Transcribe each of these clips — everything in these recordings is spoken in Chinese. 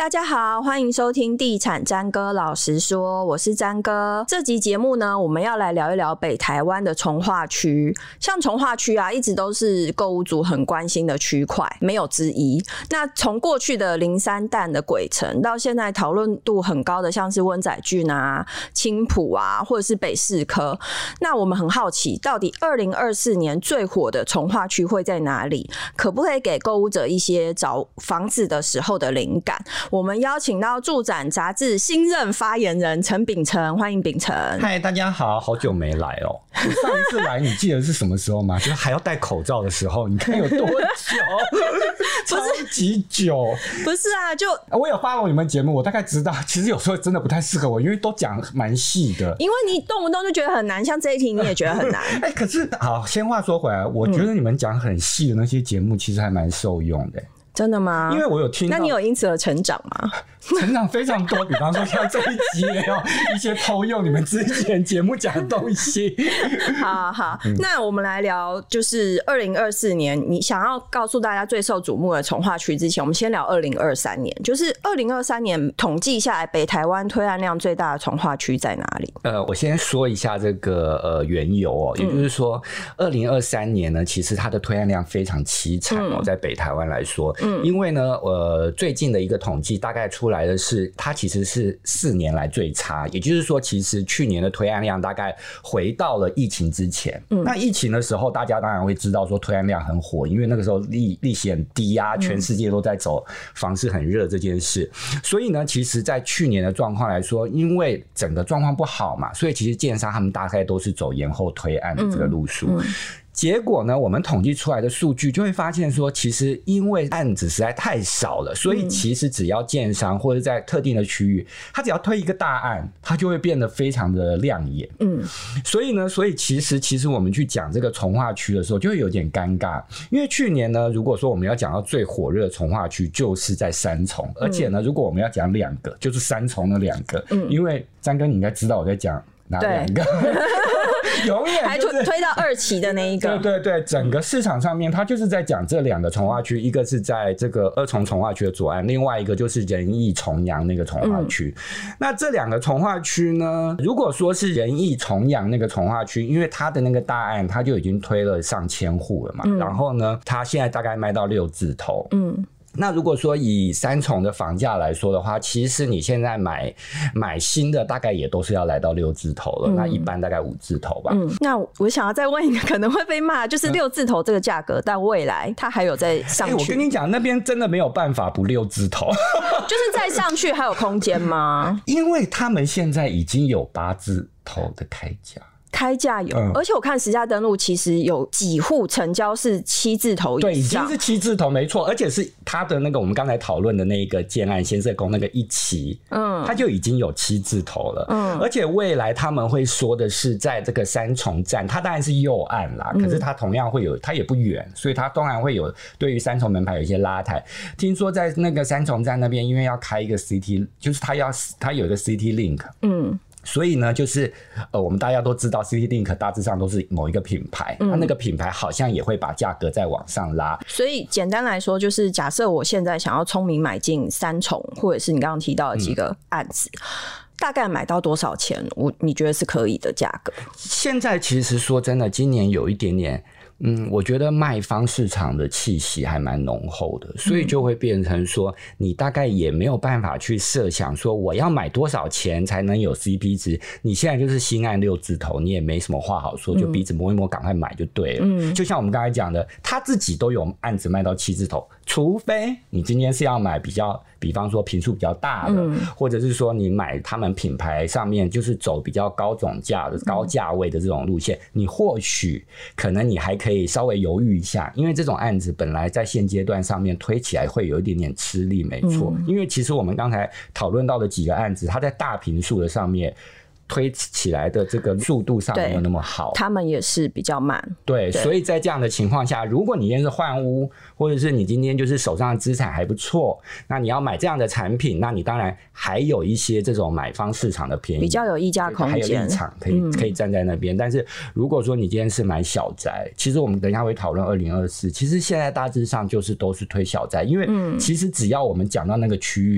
大家好，欢迎收听地产詹哥老实说，我是詹哥。这集节目呢，我们要来聊一聊北台湾的重划区。像重划区啊，一直都是购屋族很关心的区块，没有之一。那从过去的03淡的鬼城，到现在讨论度很高的像是温仔郡啊、青埔啊，或者是北市科。那我们很好奇，到底2024年最火的重划区会在哪里？可不可以给购屋者一些找房子的时候的灵感？我们邀请到住展杂志新任发言人陈秉承，欢迎秉承。 嗨，大家好，好久没来哦。我上一次来，你记得是什么时候吗？就是还要戴口罩的时候，你看有多久？超级久。 不是啊，就我有发过你们节目，我大概知道，其实有时候真的不太适合我，因为都讲蛮细的。 因为你动不动就觉得很难，像这一题你也觉得很难。 可是好，先话说回来，我觉得你们讲很细的那些节目，其实还蛮受用的。 真的吗？ 因为我有听到。 那你有因此而成长吗？ 成长非常多，比方说像这一集也有一些偷用你们之前节目讲的东西。 好，那我们来聊，就是2024年，你想要告诉大家最受瞩目的重划区之前，我们先聊2023年。就是2023年统计下来，北台湾推案量最大的重划区在哪里？ 我先说一下这个缘由哦，也就是说，2023年呢，其实它的推案量非常凄惨哦，在北台湾来说，因为呢，最近的一个统计大概出来的是，它其实是4年来最差，也就是说，其实去年的推案量大概回到了疫情之前。那疫情的时候，大家当然会知道说推案量很火，因为那个时候利息很低啊，全世界都在走房市很热这件事，所以呢，其实在去年的状况来说，因为整个状况不好嘛，所以其实建商他们大概都是走延后推案的这个路数。结果呢，我们统计出来的数据就会发现说，其实因为案子实在太少了，所以其实只要建商或者在特定的区域，他只要推一个大案，他就会变得非常的亮眼。所以其实我们去讲这个重划区的时候，就会有点尴尬，因为去年呢，如果说我们要讲到最火热的重划区，就是在三重，而且呢，如果我们要讲2个，就是三重的2个，因为詹哥你应该知道我在讲哪2个。永远还推到2期的那一个。 对，整个市场上面，它就是在讲这2个重划区，一个是在这个2重重划区的左岸，另外一个就是仁义重阳那个重划区。那这2个重划区呢，如果说是仁义重阳那个重划区，因为它的那个大案，它就已经推了上千户了嘛，然后呢，它现在大概卖到6字头。那如果说以三重的房价来说的话，其实你现在买新的大概也都是要来到6字头了，那一般大概5字头吧。 那我想要再问一个可能会被骂，就是6字头这个价格，但未来它还有再上去？ 我跟你讲，那边真的没有办法不6字头， 就是再上去还有空间吗？ 因为他们现在已经有8字头的开价有，而且我看实价登录其实有几户成交是7字头以上， 对，已经是7字头没错，而且是他的那个我们刚才讨论的那个建案先嗇宫那个1期，他就已经有7字头了，而且未来他们会说的是在这个三重站，它当然是右岸啦，可是它同样会有，它也不远，所以它当然会有对于三重门牌有一些拉抬。听说在那个三重站那边，因为要开一个 CT， 就是它有一个 CT Link，所以呢，就是我们大家都知道 City Link 大致上都是某一个品牌，那个品牌好像也会把价格再往上拉。 所以简单来说，就是假设我现在想要聪明买进三重，或者是你刚刚提到的几个案子，大概买到多少钱？你觉得是可以的价格？ 现在其实说真的，今年有一点点。我觉得卖方市场的气息还蛮浓厚的，所以就会变成说，你大概也没有办法去设想说我要买多少钱才能有 CP 值。你现在就是新案6字头，你也没什么话好说，就鼻子摸一摸，赶快买就对了。就像我们刚才讲的，他自己都有案子卖到7字头，除非你今天是要买比方说坪数比较大的，或者是说你买他们品牌上面就是走比较高总价的高价位的这种路线，你或许可能你还可以稍微犹豫一下，因为这种案子本来在现阶段上面推起来会有一点点吃力，没错。因为其实我们刚才讨论到的几个案子，它在大坪数的上面推起来的这个速度上没有那么好， 他们也是比较慢。 对，所以在这样的情况下，如果你今天是换屋，或者是你今天就是手上的资产还不错，那你要买这样的产品，那你当然还有一些这种买方市场的便宜， 比较有溢价空间， 还有立场可以站在那边。但是如果说你今天是买小宅，其实我们等一下会讨论2024，其实现在大致上都是推小宅，因为其实只要我们讲到那个区域，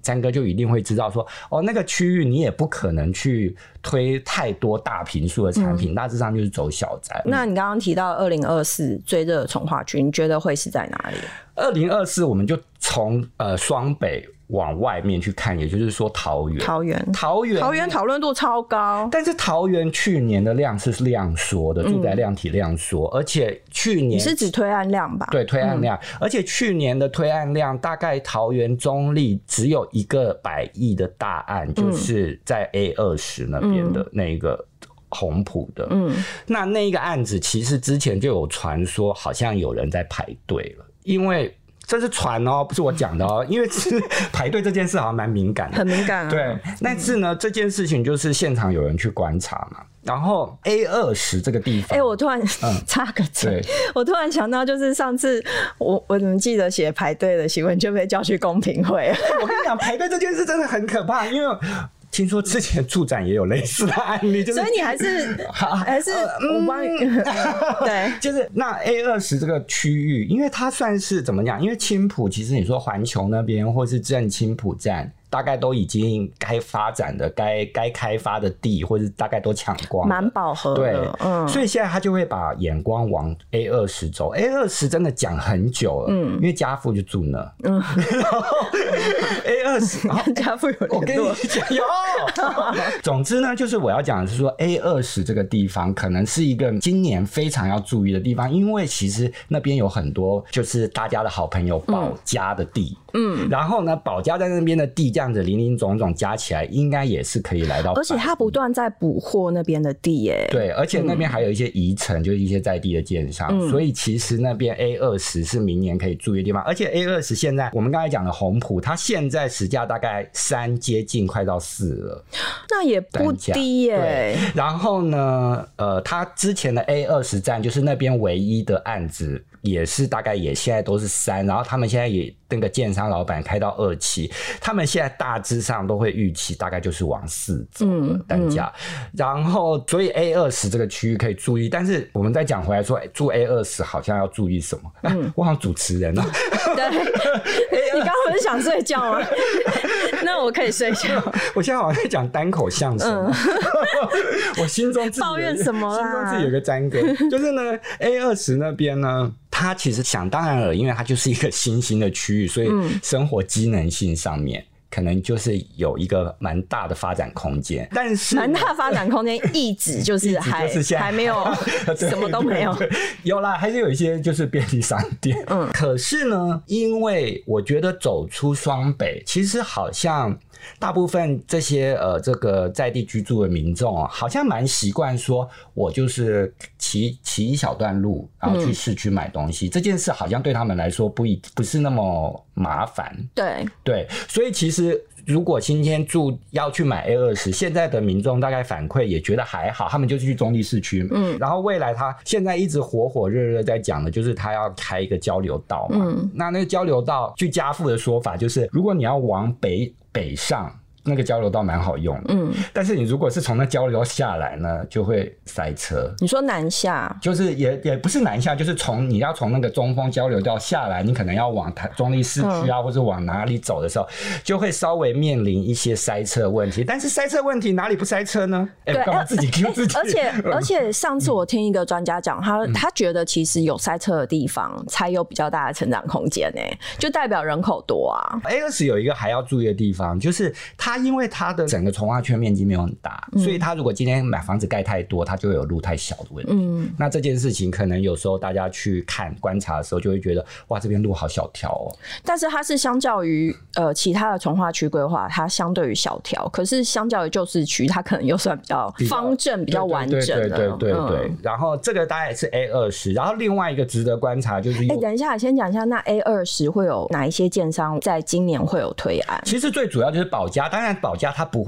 詹哥就一定会知道说，哦，那个区域你也不可能去推太多大坪数的产品，大致上就是走小宅。 那你刚刚提到2024最热的从化区，你觉得会是在哪里 ？2024我们就从双北往外面去看，也就是说桃园讨论度超高， 但是桃园去年的量是量缩的，住宅量体量缩，而且去年你是指推案量吧？ 对，推案量，而且去年的推案量大概桃园中立只有一个100亿的大案，就是在 A20 那边的那个红埔的，那一个案子其实之前就有传说好像有人在排队了，因为这是传哦，不是我讲的哦，因为排队这件事好像蛮敏感的， 很敏感啊。 对，但是呢，这件事情就是现场有人去观察嘛，然后 A20 这个地方， 我突然插个嘴，我突然想到，就是上次我怎么记得写排队的新闻就被叫去公平会。 我跟你讲，排队这件事真的很可怕，因为听说之前住展也有类似的案例，就是所以你还是我帮你对， 就是那 A20 这个区域，因为它算是怎么讲？因为青埔其实你说环球那边或是正青埔站，大概都已经该发展的、该开发的地，或是大概都抢光了， 蛮饱和的。 对，所以现在他就会把眼光往 A20 走。A20 真的讲很久了，因为家父就住那，然后 A20 家父有联络， 我跟你讲有。总之呢，就是我要讲的是说 A20 这个地方可能是一个今年非常要注意的地方，因为其实那边有很多就是大家的好朋友保家的地，然后呢，保家在那边的地这样子林林总总加起来，应该也是可以来到， 而且他不断在捕获那边的地耶。 对，而且那边还有一些遗城，就是一些在地的建商，所以其实那边 A20 是明年可以注意的地方。而且 A20 现在我们刚才讲的红埔，它现在实价大概3接近快到4了， 那也不低耶。 然后呢，它之前的 A20 站就是那边唯一的案子，也是大概也现在都是3，然后他们现在也那个建商老板开到2期，他们现在大致上都会预期大概就是往4走的单价，然后所以 A20 这个区域可以注意，但是我们再讲回来说，住 A20 好像要注意什么？我好像主持人哦。 对，你刚刚不是想睡觉吗？那我可以睡觉。 我现在好像在讲单口相声，我心中自己抱怨什么啦？ 心中自己有个詹哥，就是呢 A20 那边呢，它其实想当然了，因为它就是一个新兴的区域，所以生活机能性上面可能就是有一个蛮大的发展空间，但是蛮大发展空间一直就是还没有什么都没有， 有啦，还是有一些就是便利商店。可是呢，因为我觉得走出双北，其实好像大部分这些这个在地居住的民众好像蛮习惯说，我就是骑一小段路，然后去市区买东西，这件事好像对他们来说不是那么麻烦。对，所以其实如果今天要去买 A20， 现在的民众大概反馈也觉得还好，他们就去中立市区。然后未来他现在一直火热在讲的就是他要开一个交流道嘛。那个交流道，据家父的说法，就是如果你要往北上，那个交流道蛮好用的，但是你如果是从那交流道下来呢，就会塞车。 你说南下， 就是也不是南下，就是你要从那个中丰交流道下来，你可能要往中立市区或者往哪里走的时候，就会稍微面临一些塞车问题。但是塞车问题哪里不塞车呢？干嘛自己 Q 自己？ 而且上次我听一个专家讲，他觉得其实有塞车的地方才有比较大的成长空间就代表人口多啊。 A20 有一个还要注意的地方，就是它因为它的整个从化区面积没有很大，所以它如果今天买房子盖太多，它就会有路太小的问题。那这件事情可能有时候大家去观察的时候，就会觉得哇，这边路好小条哦。 但是它是相较于其他的从化区规划，它相对于小条，可是相较于旧市区，它可能又算比较方正、比较完整的。 对。然后这个大概是 A20， 然后另外一个值得观察就是， 等一下，先讲一下，那 A20 会有哪一些建商在今年会有推案？ 其实最主要就是保家，当然保家它不会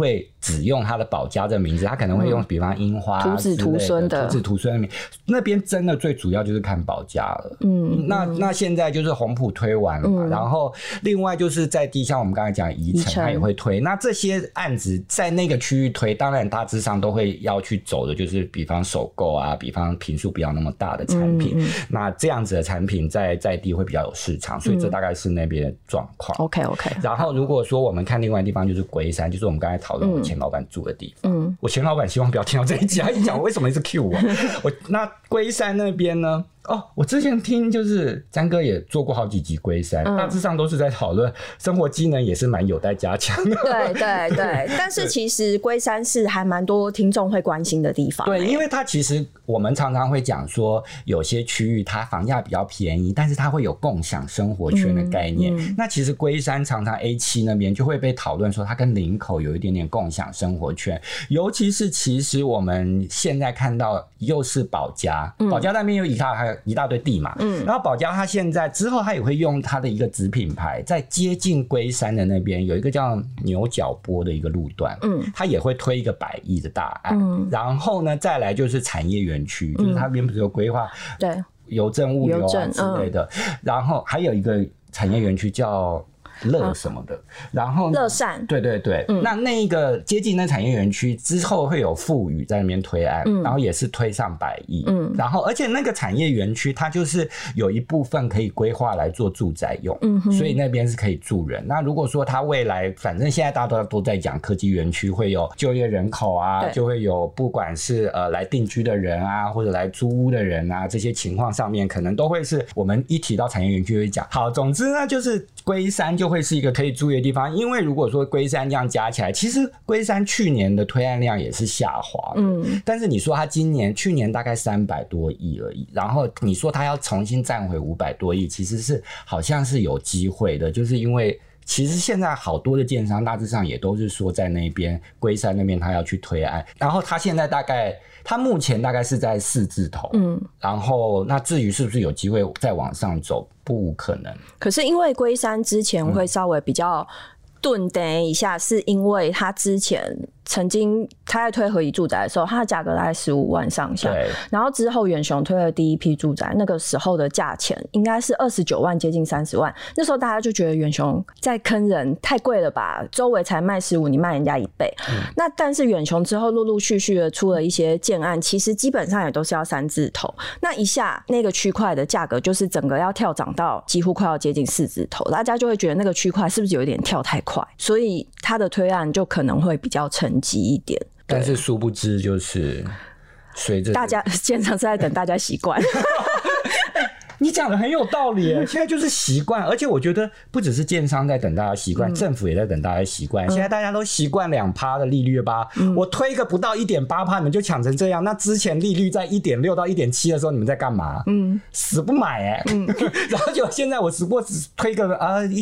只用它的保家的名字，他可能会用比方樱花徒子徒孙的徒子徒孙的名字，那边真的最主要就是看保家了。那现在就是红埔推完了嘛，然后另外就是在地像我们刚才讲宜城，他也会推。那这些案子在那个区域推，当然大致上都会要去走的，就是比方首购啊，比方坪数不要那么大的产品。那这样子的产品在地会比较有市场，所以这大概是那边的状况。 OK。 然后如果说我们看另外的地方，就是龟山，就是我们刚才讨论我前老板住的地方。我前老板希望不要听到这一集，他一讲我为什么一直 cue 我。那龟山那边呢？我之前听就是詹哥也做过好几集龟山，大致上都是在讨论生活机能也是蛮有待加强的。 对，但是其实龟山是还蛮多听众会关心的地方。 对，因为它其实我们常常会讲说，有些区域它房价比较便宜，但是它会有共享生活圈的概念。那其实龟山常常 A7 那边就会被讨论说，它跟林口有一点点共享生活圈，尤其是其实我们现在看到又是保家，保家那边有一大堆地嘛，然后保家他现在之后他也会用他的一个子品牌，在接近龟山的那边有一个叫牛角坡的一个路段，他也会推一个100亿的大案，然后呢再来就是产业园区，就是他那边不是有规划对邮政物流啊之类的，然后还有一个产业园区叫乐什么的，然后乐善， 对，那一个接近那产业园区之后会有富裕在那边推案，然后也是推上100亿，然后而且那个产业园区它就是有一部分可以规划来做住宅用，所以那边是可以住人。那如果说它未来反正现在大家都在讲科技园区会有就业人口啊，就会有不管是来定居的人啊，或者来租屋的人啊，这些情况上面可能都会是我们一提到产业园区会讲。好，总之呢就是龟山就会是一个可以注意的地方，因为如果说龟山这样加起来，其实龟山去年的推案量也是下滑的，但是你说他去年大概300多亿而已，然后你说他要重新站回500多亿，其实是好像是有机会的，就是因为其实现在好多的建商大致上也都是说在那边龟山那边他要去推案，然后他现在他目前大概是在4字头，然后那至于是不是有机会再往上走，不无可能。 可是因为龟山之前会稍微比较顿等一下，是因为他之前曾经他在推合宜住宅的时候，它的价格大概15万上下，然后之后远雄推了第一批住宅，那个时候的价钱应该是29万接近30万，那时候大家就觉得远雄在坑人，太贵了吧，周围才卖15，你卖人家1倍，那但是远雄之后陆陆续续的出了一些建案，其实基本上也都是要3字头，那一下那个区块的价格就是整个要跳涨到几乎快要接近4字头，大家就会觉得那个区块是不是有一点跳太快，所以它的推案就可能会比较沉积一点， 但是殊不知就是随着大家建商是在等大家习惯。 你讲的很有道理，现在就是习惯，而且我觉得不只是建商在等大家习惯，政府也在等大家习惯。现在大家都习惯2%的利率吧，我推个不到1.8%，你们就抢成这样。那之前利率在1.6到1.7的时候，你们在干嘛？死不买然后就现在我只不过只推个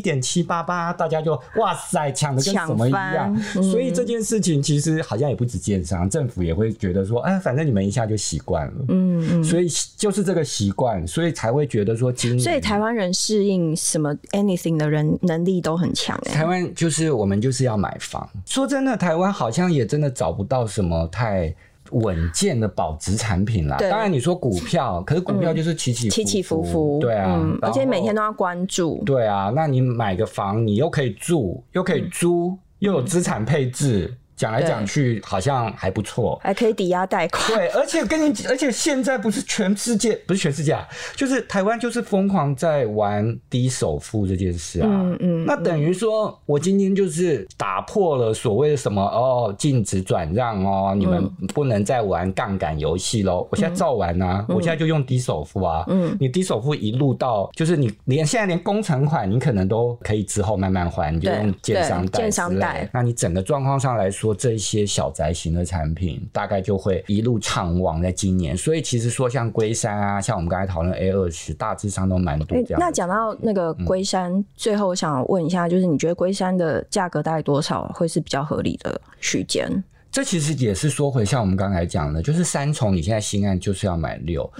1.788，大家就哇塞抢的跟什么一样。所以这件事情其实好像也不止建商，政府也会觉得说，反正你们一下就习惯了。所以就是这个习惯，所以才会觉得说所以台湾人适应什么 anything 的人能力都很强。 台湾就是我们就是要买房，说真的台湾好像也真的找不到什么太稳健的保值产品啦。当然你说股票，可是股票就是起起伏伏，对啊， 而且每天都要关注。 对啊，那你买个房你又可以住又可以租又有资产配置，讲来讲去好像还不错， 还可以抵押贷款。 对，而且现在不是全世界啊，就是台湾就是疯狂在玩低首付这件事啊。那等于说我今天就是打破了所谓的什么禁止转让你们不能再玩杠杆游戏咯，我现在照玩啊，我现在就用低首付啊。你低首付一路到就是你现在连工程款你可能都可以之后慢慢还，你就用建商贷。那你整个状况上来说，这一些小宅型的产品大概就会一路畅旺在今年，所以其实说像龟山啊，像我们刚才讨论 A20 大致上都蛮多这样。 那讲到那个龟山，最后我想问一下，就是你觉得龟山的价格大概多少会是比较合理的区间？这其实也是说回像我们刚才讲的，就是三重你现在新案就是要买6，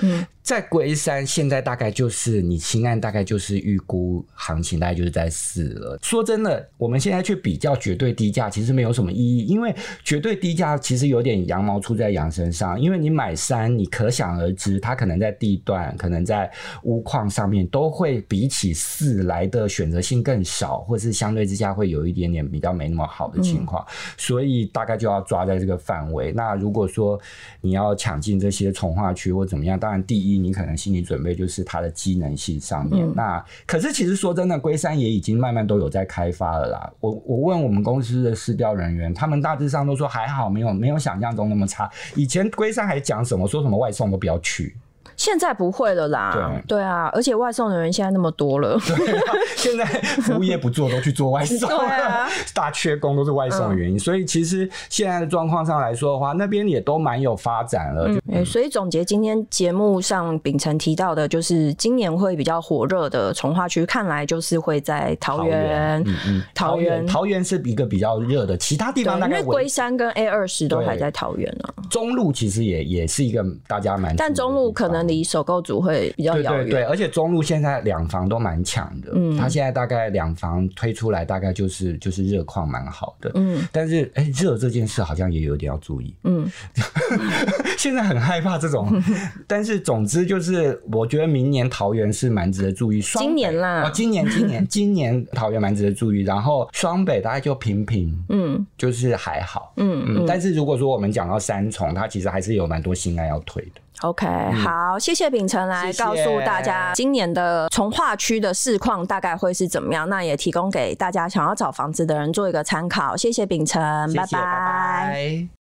在龟山现在大概就是你新案大概就是预估行情大概就是在4了。说真的，我们现在去比较绝对低价其实没有什么意义，因为绝对低价其实有点羊毛出在羊身上，因为你买山你可想而知它可能在地段可能在屋况上面都会比起4来的选择性更少，或是相对之下会有一点点比较没那么好的情况，所以大概就要抓在这个范围。那如果说你要抢进这些从化区或怎么样，当然第一你可能心理准备就是它的机能性上面，那可是其实说真的，龟山也已经慢慢都有在开发了啦。我问我们公司的市调人员，他们大致上都说还好，没有想象中那么差。以前龟山还讲什么说什么外送都不要去， 现在不会了啦。对啊，而且外送的人现在那么多了。 对啊，现在服务业不做都去做外送了。对啊，大缺工都是外送的原因。所以其实现在的状况上来说的话，那边也都蛮有发展了。 所以总结今天节目上秉承提到的，就是今年会比较火热的从化区，看来就是会在桃园。桃园是一个比较热的，其他地方大概因为龟山跟 A20都还在桃园啊。 中路其实也是一个大家蛮， 但中路可能离首购族会比较遥远。 对，而且中路现在2房都蛮强的，它现在大概2房推出来大概就是热况蛮好的，但是热这件事好像也有点要注意，现在很害怕这种，但是总之就是我觉得明年桃园是蛮值得注意， 今年啦， 今年桃园蛮值得注意，然后双北大概就平，就是还好，但是如果说我们讲到三重，它其实还是有蛮多新案要推的。 OK， 好，谢谢秉承来告诉大家今年的从化区的市况大概会是怎么样，那也提供给大家想要找房子的人做一个参考。谢谢秉承，拜拜。